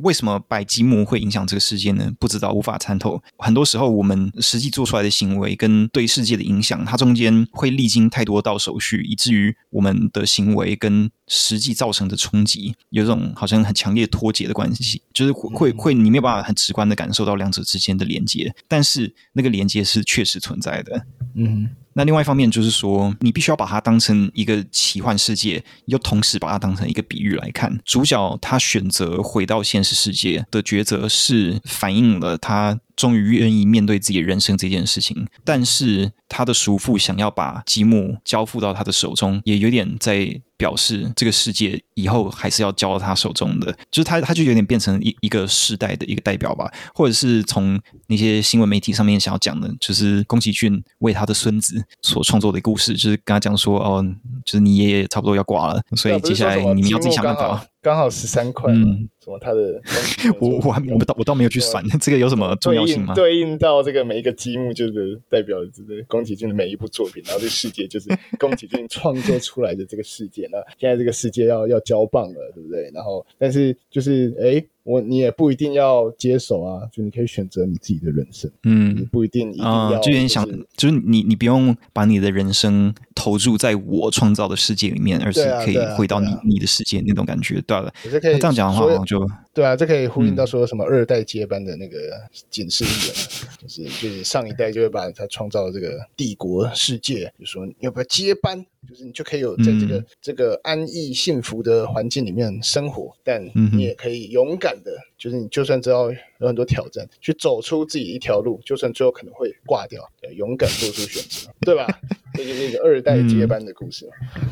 为什么摆积木会影响这个世界呢？不知道，无法参透。很多时候我们实际做出来的行为跟对世界的影响，它中间会历经太多道手续，以至于我们的行为跟实际造成的冲击有种好像很强烈脱节的关系，就是会你没有办法很直观的感受到两者之间的连接，但是那个连接是确实存在的。那另外一方面就是说，你必须要把它当成一个奇幻世界，又同时把它当成一个比喻来看。主角他选择回到现实世界的抉择，是反映了他终于愿意面对自己的人生这件事情，但是他的叔父想要把积木交付到他的手中，也有点在表示这个世界以后还是要交到他手中的，就是他就有点变成一个世代的一个代表吧，或者是从那些新闻媒体上面想要讲的，就是宫崎骏为他的孙子所创作的故事，就是跟他讲说，哦，就是你爷爷差不多要挂了，所以接下来你们要自己想办法。 刚好13块，什么他的我倒没有去算这个有什么重要性吗？ 对应到这个每一个积木，就是代表着宫崎骏的每一部作品，然后这世界就是宫崎骏创作出来的这个世界。那现在这个世界要交棒了，对不对？然后，但是就是你也不一定要接手啊，就你可以选择你自己的人生，你不一定要， 就有点想，就是你不用把你的人生投注在我创造的世界里面，而是可以回到你的世界那种感觉，对了。这样讲的话，就对啊，这可以呼应到说什么2代接班的那个警示艺人，就是上一代就会把他创造的这个帝国世界，就说你要不要接班，就是你就可以有在这个安逸幸福的环境里面生活，但你也可以勇敢的，就是你就算知道有很多挑战，去走出自己一条路，就算最后可能会挂掉，勇敢做出选择，对吧？这就是一个2代接班的故事。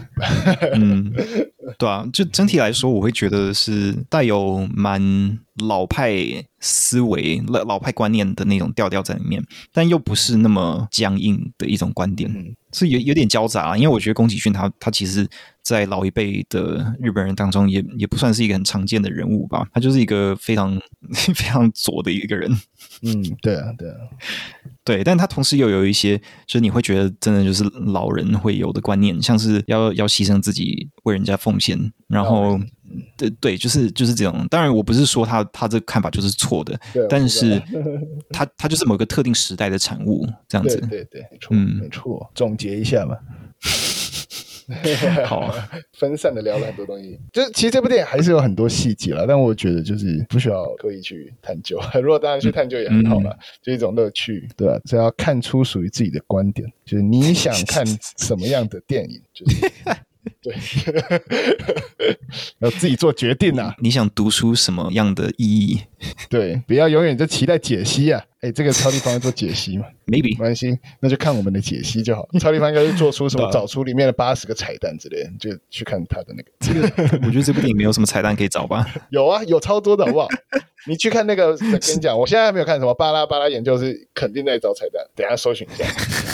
对啊，就整体来说，我会觉得是带有蛮老派思维、老派观念的那种调调在里面，但又不是那么僵硬的一种观点，是有点交杂。因为我觉得宫崎骏他其实在老一辈的日本人当中也不算是一个很常见的人物吧，他就是一个非常非常左的一个人。 对啊， 对，但他同时又有一些，就是你会觉得真的就是老人会有的观念，像是要牺牲自己为人家奉献，然后对，就是这种。当然，我不是说他这个看法就是错的，但是他就是某个特定时代的产物，这样子。 对，没错。总结一下嘛。 好， 分散的聊了很多东西，就是其实这部电影还是有很多细节啦，但我觉得就是不需要刻意去探究，如果大家去探究也很好啦，就一种乐趣，对吧？只要看出属于自己的观点，就是你想看什么样的电影，就是对，要自己做决定啊！ 你想读出什么样的意义？ 对，不要永远就期待解析啊！这个超立方要做解析嘛 ？Maybe 没关系，那就看我们的解析就好。超立方应该是做出什么，找出里面的80个彩蛋之类的，就去看他的那个。 我觉得这部电影没有什么彩蛋可以找吧？ 有啊，有超多的，好不好？你去看那个，跟你讲，我现在还没有看什么巴拉巴拉研究，是肯定在找彩蛋，等一下搜寻一下。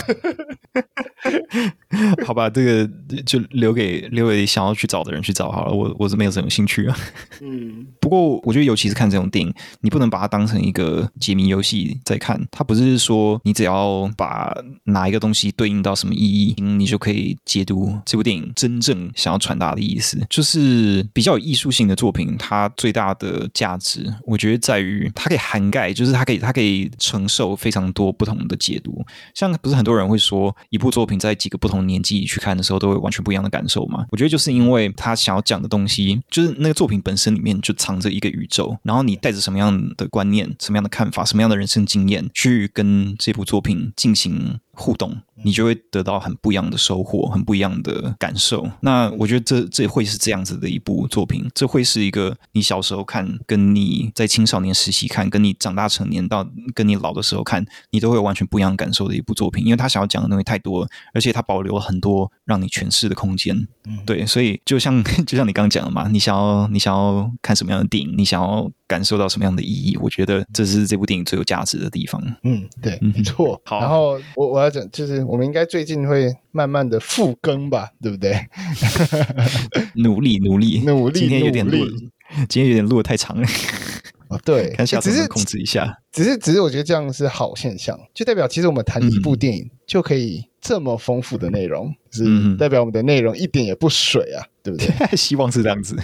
好吧，这个就留给想要去找的人去找好了，我是没有什么兴趣啊。不过我觉得尤其是看这种电影，你不能把它当成一个解谜游戏在看，它不是说你只要把哪一个东西对应到什么意义，你就可以解读这部电影真正想要传达的意思。就是比较有艺术性的作品，它最大的价值，我觉得在于它可以涵盖，就是它可以承受非常多不同的解读。像不是很多人会说，一部作品在几个不同年纪去看的时候，都会完全不一样的感受嘛？我觉得就是因为他想要讲的东西，就是那个作品本身里面就藏着一个宇宙，然后你带着什么样的观念、什么样的看法、什么样的人生经验去跟这部作品进行互动，你就会得到很不一样的收获，很不一样的感受。那我觉得这会是这样子的一部作品，这会是一个你小时候看，跟你在青少年时期看，跟你长大成年到跟你老的时候看，你都会有完全不一样的感受的一部作品，因为他想要讲的东西太多了，而且他保留了很多让你诠释的空间。对，所以就像你刚刚讲的嘛，你想要看什么样的电影，你想要感受到什么样的意义，我觉得这是这部电影最有价值的地方。 对，没错。好，然后我要讲，就是我们应该最近会慢慢的复更吧，对不对？ 努力，今天有点录得太长了。 对， 看下次能控制一下。 只是我觉得这样是好现象，就代表其实我们谈一部电影就可以这么丰富的内容，就是代表我们的内容一点也不水啊，对不对？ 希望是这样子。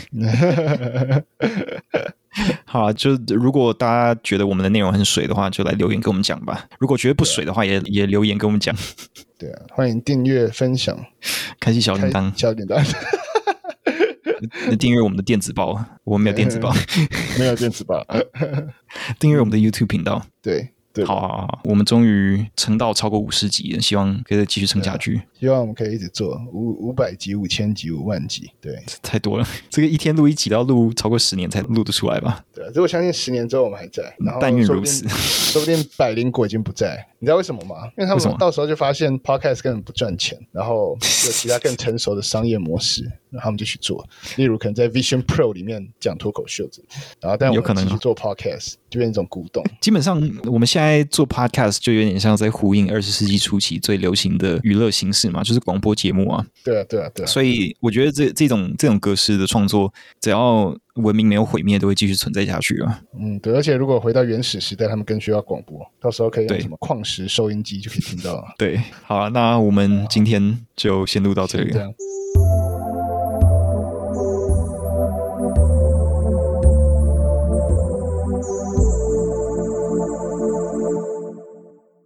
好啊，就如果大家觉得我们的内容很水的话，就来留言跟我们讲吧。如果觉得不水的话，也留言跟我们讲。 对啊，欢迎订阅、分享、 开启小铃铛。 小铃铛。 订阅我们的电子报，我们没有电子报， 没有电子报。 订阅我们的 YouTube 频道， 对， 好，我们终于撑到超过50集了，希望可以再继续撑下去。 希望我们可以一直做500集、5000集、50000集。对， 太多了，这个一天录1集都要录超过10年才录得出来吧？ 对，所以我相信10年之后我们还在，然后但愿如此。 说不定百灵果已经不在，你知道为什么吗？因为他们到时候就发现 Podcast 根本不赚钱，然后有其他更成熟的商业模式，然后他们就去做。例如可能在 Vision Pro 里面讲脱口秀，然后但我们继续做 Podcast 就变成一种古董。 基本上我们现在做 Podcast 就有点像在呼应20世纪初期最流行的娱乐形式嘛，就是广播节目啊。 对啊。 所以我觉得这种格式的创作，只要文明没有毁灭，都会继续存在下去啊。 对，而且如果回到原始时代，他们更需要广播，到时候可以用什么矿石收音机就可以听到了。 对，好啊，那我们今天就先录到这里了。